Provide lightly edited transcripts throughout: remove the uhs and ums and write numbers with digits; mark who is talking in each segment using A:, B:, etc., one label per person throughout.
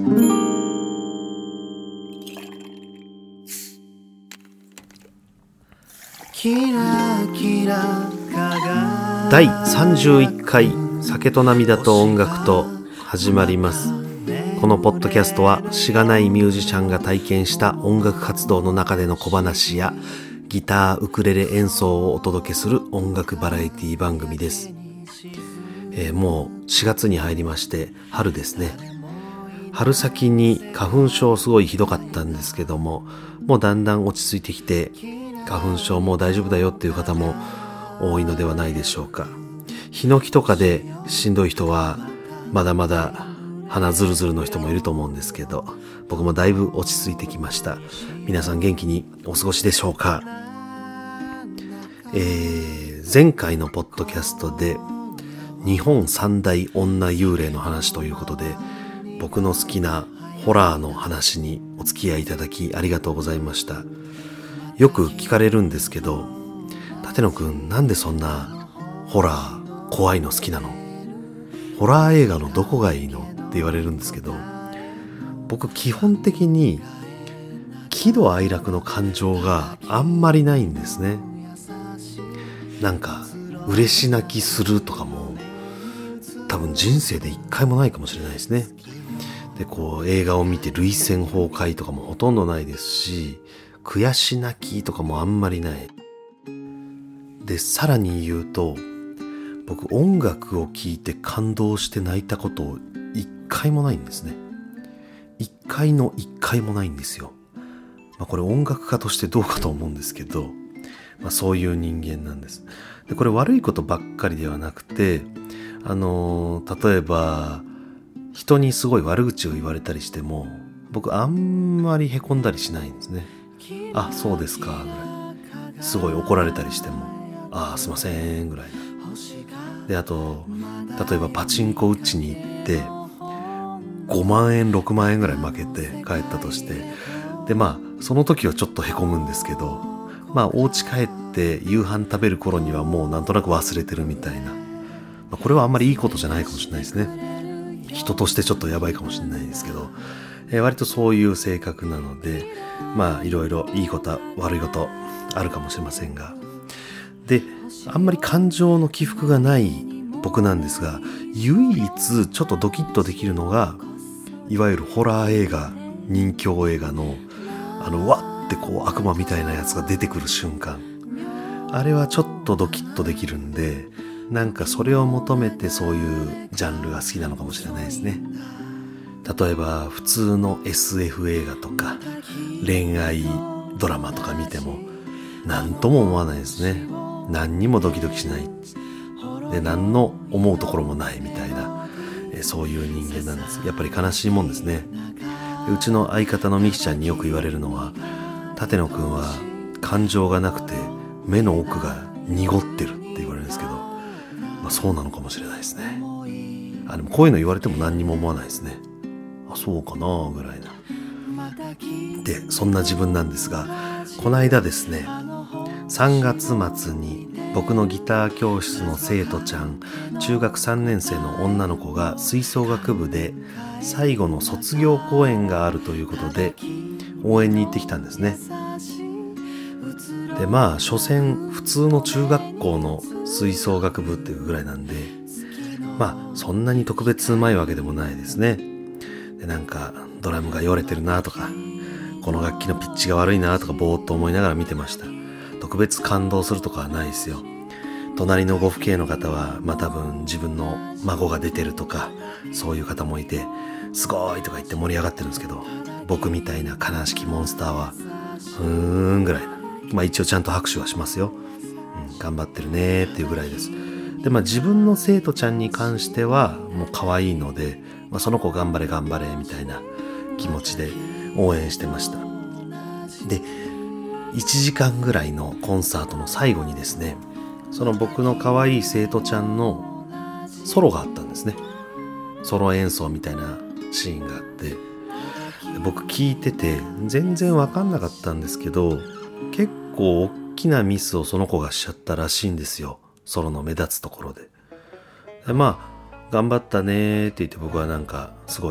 A: 第31回酒と涙と音楽と始まります。このポッドキャストはしがないミュージシャンが体験した音楽活動の中での小話やギター、ウクレレ演奏をお届けする音楽バラエティ番組です。もう4月に入りまして春ですね。春先に花粉症すごいひどかったんですけども、もうだんだん落ち着いてきて花粉症もう大丈夫だよっていう方も多いのではないでしょうか。ヒノキとかでしんどい人はまだまだ鼻ズルズルの人もいると思うんですけど、僕もだいぶ落ち着いてきました。皆さん元気にお過ごしでしょうか。前回のポッドキャストで日本三大女幽霊の話ということで、僕の好きなホラーの話にお付き合いいただきありがとうございました。よく聞かれるんですけど、立野くんなんでそんなホラー怖いの好きなの？ホラー映画のどこがいいの？って言われるんですけど、僕基本的に喜怒哀楽の感情があんまりないんですね。なんか嬉し泣きするとかも多分人生で一回もないかもしれないですね。で、映画を見て涙腺崩壊とかもほとんどないですし、悔し泣きとかもあんまりない。で、さらに言うと、僕音楽を聴いて感動して泣いたこと一回もないんですね。一回もないんですよ。これ音楽家としてどうかと思うんですけど、そういう人間なんです。で、これ悪いことばっかりではなくて、例えば人にすごい悪口を言われたりしても、僕あんまりへこんだりしないんですね。あ、そうですかぐらい。すごい怒られたりしても、あ、すいませんぐらいな。で、あと例えばパチンコ打ちに行って5万円6万円ぐらい負けて帰ったとして、でその時はちょっとへこむんですけど、お家帰って夕飯食べる頃にはもうなんとなく忘れてるみたいな、これはあんまりいいことじゃないかもしれないですね。人としてちょっとやばいかもしれないですけど、割とそういう性格なので、いろいろいいこと悪いことあるかもしれませんが、で、あんまり感情の起伏がない僕なんですが、唯一ちょっとドキッとできるのが、いわゆるホラー映画、任侠映画のわって悪魔みたいなやつが出てくる瞬間、あれはちょっとドキッとできるんで、なんかそれを求めてそういうジャンルが好きなのかもしれないですね。例えば普通の SF 映画とか恋愛ドラマとか見ても何とも思わないですね。何にもドキドキしないで、何の思うところもないみたいな、そういう人間なんです。やっぱり悲しいもんですね。うちの相方のミキちゃんによく言われるのは、立野くんは感情がなくて目の奥が濁ってるって言われるんですけど、そうなのかもしれないですね。でもこういうの言われても何にも思わないですね。あ、そうかなぐらいな。で、そんな自分なんですが、この間ですね、3月末に僕のギター教室の生徒ちゃん、中学3年生の女の子が吹奏楽部で最後の卒業公演があるということで応援に行ってきたんですね。で、所詮普通の中学校の吹奏楽部っていうぐらいなんで、そんなに特別うまいわけでもないですね。で、なんかドラムがよれてるなとか、この楽器のピッチが悪いなとかぼーっと思いながら見てました。特別感動するとかはないですよ。隣のご父兄の方は多分自分の孫が出てるとか、そういう方もいてすごいとか言って盛り上がってるんですけど、僕みたいな悲しきモンスターはぐらいな。一応ちゃんと拍手はしますよ。頑張ってるねっていうぐらいです。で、自分の生徒ちゃんに関してはもう可愛いので、その子頑張れ頑張れみたいな気持ちで応援してました。で、1時間ぐらいのコンサートの最後にですね、その僕の可愛い生徒ちゃんのソロがあったんですね。ソロ演奏みたいなシーンがあって、僕聞いてて全然わかんなかったんですけど、結構大きなミスをその子がしちゃったらしいんですよ。ソロの目立つところで。で、頑張ったねって言って僕はなんかすごい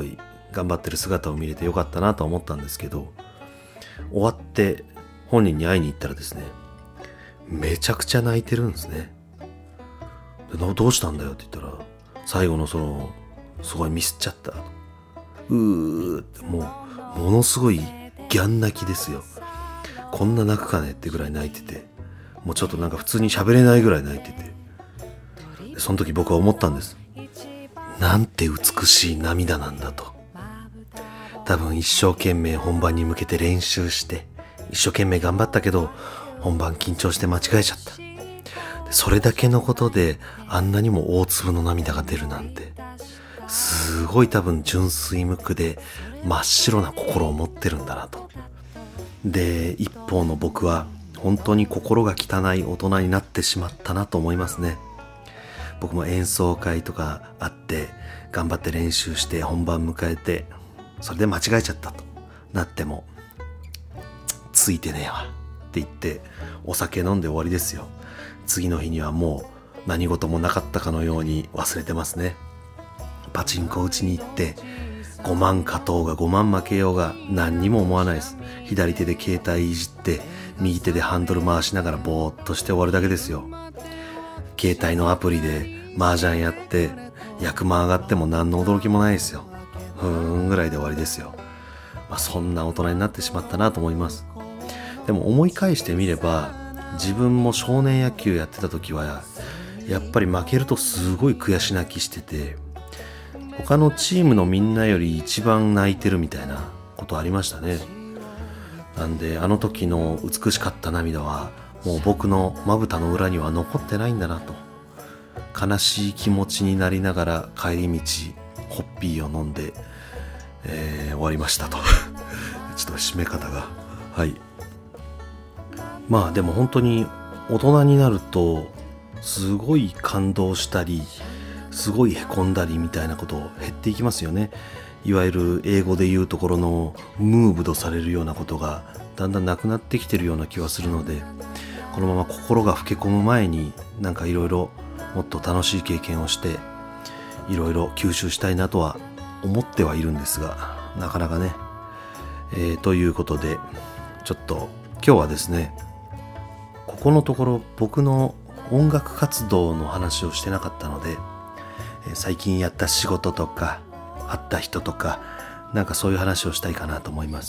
A: 頑張ってる姿を見れてよかったなと思ったんですけど、終わって本人に会いに行ったらですね、めちゃくちゃ泣いてるんですね。でどうしたんだよって言ったら、最後のすごいミスっちゃった。ってものすごいギャン泣きですよ。こんな泣くかねってぐらい泣いてて、もうちょっとなんか普通に喋れないぐらい泣いてて、でその時僕は思ったんです。なんて美しい涙なんだと。多分一生懸命本番に向けて練習して、一生懸命頑張ったけど、本番緊張して間違えちゃった。それだけのことであんなにも大粒の涙が出るなんて、すごい多分純粋無垢で真っ白な心を持ってるんだなと。で、一方の僕は本当に心が汚い大人になってしまったなと思いますね。僕も演奏会とかあって頑張って練習して本番迎えて、それで間違えちゃったとなっても、ついてねえわって言ってお酒飲んで終わりですよ。次の日にはもう何事もなかったかのように忘れてますね。パチンコ打ちに行って5万勝とうが5万負けようが何にも思わないです。左手で携帯いじって右手でハンドル回しながらぼーっとして終わるだけですよ。携帯のアプリで麻雀やって役満上がっても何の驚きもないですよ。ふーんぐらいで終わりですよ。そんな大人になってしまったなと思います。でも思い返してみれば、自分も少年野球やってた時はやっぱり負けるとすごい悔し泣きしてて、他のチームのみんなより一番泣いてるみたいなことありましたね。なんであの時の美しかった涙はもう僕のまぶたの裏には残ってないんだなと、悲しい気持ちになりながら帰り道ホッピーを飲んで、終わりましたとちょっと締め方がでも本当に大人になるとすごい感動したりすごいへこんだりみたいなこと減っていきますよね。いわゆる英語で言うところのムーブドされるようなことがだんだんなくなってきてるような気はするので、このまま心が老け込む前になんかいろいろもっと楽しい経験をしていろいろ吸収したいなとは思ってはいるんですが、なかなかね、ということでちょっと今日はですね、ここのところ僕の音楽活動の話をしてなかったので、最近やった仕事とか会った人とかなんかそういう話をしたいかなと思います。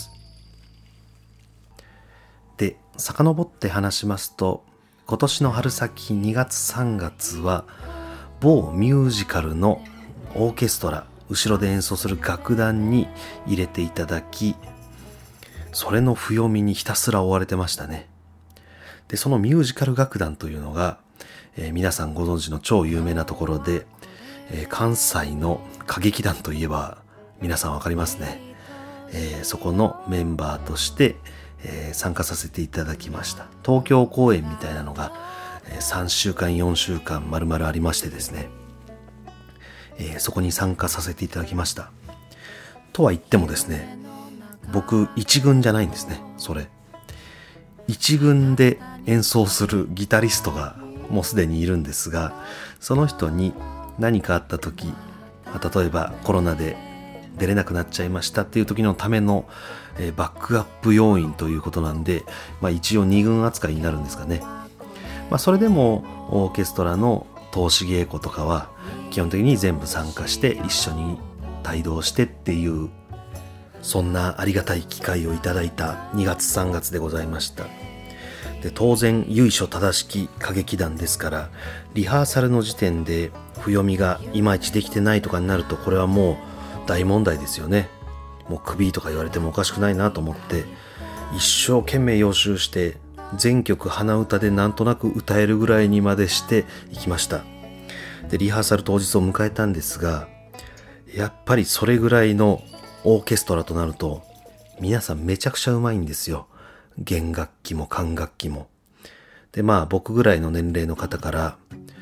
A: で、遡って話しますと、今年の春先2月3月は某ミュージカルのオーケストラ、後ろで演奏する楽団に入れていただき、それの譜読みにひたすら追われてましたね。で、そのミュージカル楽団というのが、皆さんご存知の超有名なところで、関西の歌劇団といえば皆さんわかりますね。そこのメンバーとして、参加させていただきました。東京公演みたいなのが、3週間4週間丸々ありましてですね、そこに参加させていただきました。とは言ってもですね、僕一軍じゃないんですね。それ一軍で演奏するギタリストがもうすでにいるんですが、その人に何かあった時、例えばコロナで出れなくなっちゃいましたっていう時のための、バックアップ要員ということなんで、一応二軍扱いになるんですかね。それでもオーケストラの通し稽古とかは基本的に全部参加して一緒に帯同してっていう、そんなありがたい機会をいただいた2月3月でございました。で、当然由緒正しき歌劇団ですから、リハーサルの時点で譜読みがいまいちできてないとかになると、これはもう大問題ですよね。もうクビとか言われてもおかしくないなと思って、一生懸命予習して全曲鼻歌でなんとなく歌えるぐらいにまでしていきました。で、リハーサル当日を迎えたんですが、やっぱりそれぐらいのオーケストラとなると皆さんめちゃくちゃうまいんですよ。弦楽器も管楽器も。で、僕ぐらいの年齢の方から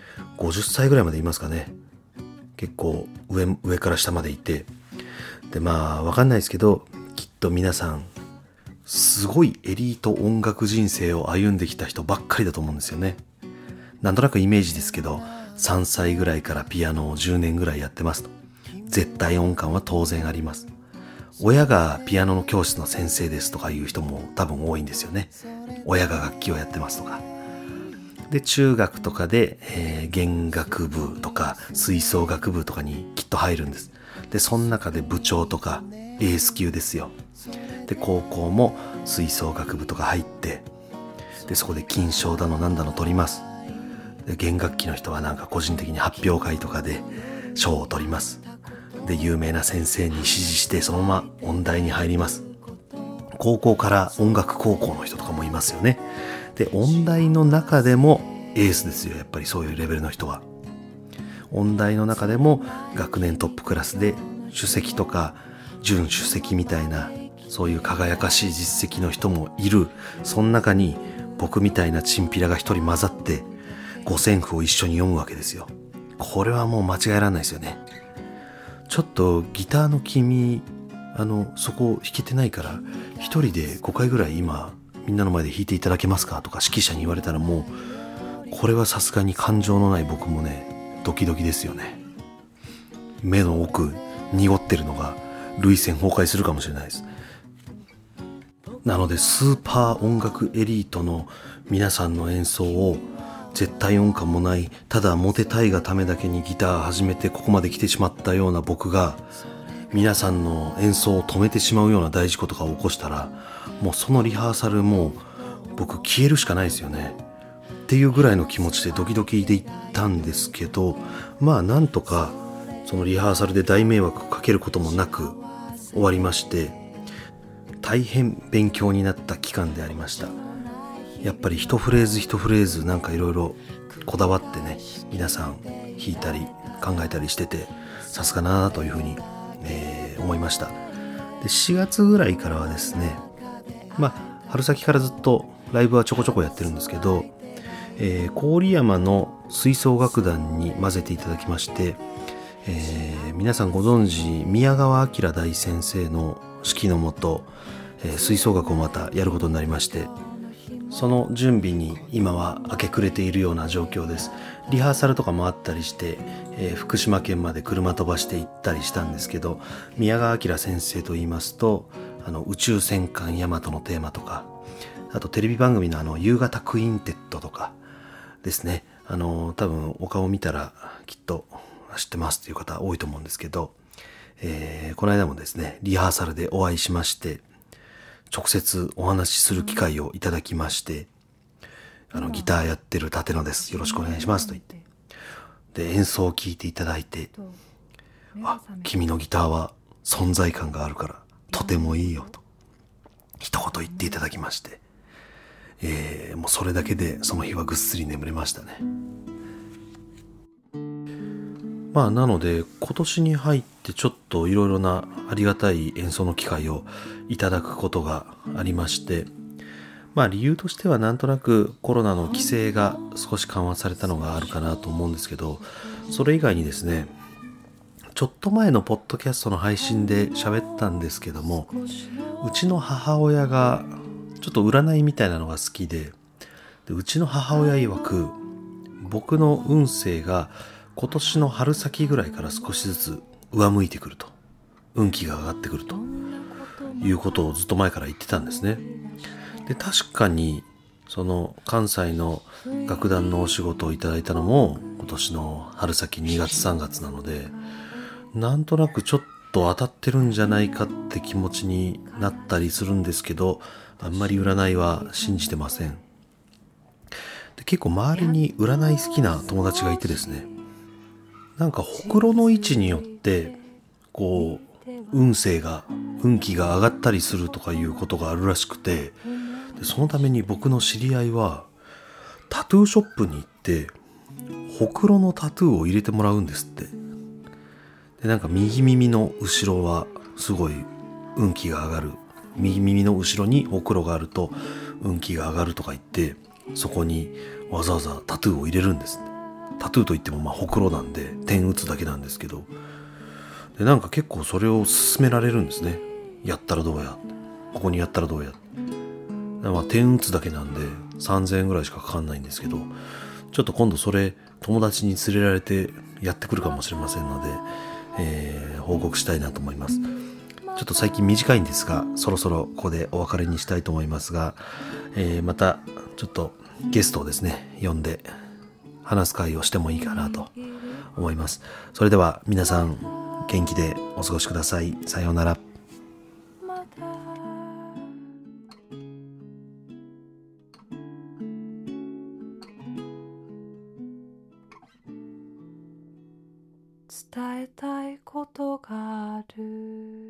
A: 50歳ぐらいまでいますかね。結構上から下までいて、で、わかんないですけど、きっと皆さんすごいエリート音楽人生を歩んできた人ばっかりだと思うんですよね。なんとなくイメージですけど、3歳ぐらいからピアノを10年ぐらいやってますと。絶対音感は当然あります。 親がピアノの教室の先生ですとかいう人も多分多いんですよね。親が楽器をやってますとか。で、中学とかで、弦楽部とか吹奏楽部とかにきっと入るんです。で、その中で部長とかエース級ですよ。で、高校も吹奏楽部とか入って、で、そこで金賞だのなんだの取ります。で、弦楽器の人はなんか個人的に発表会とかで賞を取ります。で、有名な先生に師事してそのまま音大に入ります。高校から音楽高校の人とかもいますよね。で、音大の中でもエースですよ。やっぱりそういうレベルの人は。音大の中でも学年トップクラスで首席とか準首席みたいな、そういう輝かしい実績の人もいる。その中に僕みたいなチンピラが一人混ざって五線譜を一緒に読むわけですよ。これはもう間違えられないですよね。ちょっとギターの君、そこ弾けてないから一人で5回ぐらい今みんなの前で弾いていただけますかとか指揮者に言われたら、もうこれはさすがに感情のない僕もね、ドキドキですよね。目の奥濁ってるのが涙腺崩壊するかもしれないです。なのでスーパー音楽エリートの皆さんの演奏を絶対音感もない、ただモテたいがためだけにギター始めてここまで来てしまったような僕が皆さんの演奏を止めてしまうような大事故とかを起こしたら、もうそのリハーサルも僕消えるしかないですよねっていうぐらいの気持ちでドキドキで行ったんですけど、まあなんとかそのリハーサルで大迷惑をかけることもなく終わりまして、大変勉強になった期間でありました。やっぱり一フレーズ一フレーズなんかいろいろこだわってね、皆さん弾いたり考えたりしてて、さすがだなというふうに、思いました。で、4月ぐらいからはですね、春先からずっとライブはちょこちょこやってるんですけど、郡山の吹奏楽団に混ぜていただきまして、皆さんご存知宮川明大先生の指揮のもと、吹奏楽をまたやることになりまして、その準備に今は明け暮れているような状況です。リハーサルとかもあったりして、福島県まで車飛ばして行ったりしたんですけど、宮川明先生と言いますと、宇宙戦艦ヤマトのテーマとか、あとテレビ番組の夕方クインテットとかですね、多分お顔見たらきっと知ってますという方多いと思うんですけど、この間もですねリハーサルでお会いしまして、直接お話しする機会をいただきまして、ギターやってる立野です、よろしくお願いしますと言って、で演奏を聴いていただいて、君のギターは存在感があるからとてもいいよと一言言っていただきまして、もうそれだけでその日はぐっすり眠れましたね。なので今年に入ってちょっといろいろなありがたい演奏の機会をいただくことがありまして、理由としてはなんとなくコロナの規制が少し緩和されたのがあるかなと思うんですけど、それ以外にですね、ちょっと前のポッドキャストの配信で喋ったんですけども、うちの母親がちょっと占いみたいなのが好きで、うちの母親曰く僕の運勢が今年の春先ぐらいから少しずつ上向いてくると、運気が上がってくるということをずっと前から言ってたんですね。で、確かにその関西の楽団のお仕事をいただいたのも今年の春先2月3月なので、なんとなくちょっと当たってるんじゃないかって気持ちになったりするんですけど、あんまり占いは信じてません。で、結構周りに占い好きな友達がいてですね、なんかほくろの位置によって運気が上がったりするとかいうことがあるらしくて、でそのために僕の知り合いはタトゥーショップに行ってほくろのタトゥーを入れてもらうんですって。で、なんか右耳の後ろはすごい運気が上がる、右耳の後ろにほくろがあると運気が上がるとか言って、そこにわざわざタトゥーを入れるんですって。タトゥーといってもほくろなんで点打つだけなんですけど、でなんか結構それを勧められるんですね。やったらどうや、ここにやったらどうや。点打つだけなんで3000円ぐらいしかかかんないんですけど、ちょっと今度それ友達に連れられてやってくるかもしれませんので、報告したいなと思います。ちちょっと最近短いんですが、そろそろここでお別れにしたいと思いますが、またちょっとゲストをですね、呼んで話す会をしてもいいかなと思います。それでは皆さん元気でお過ごしください。さようなら。
B: 伝えたいことがある。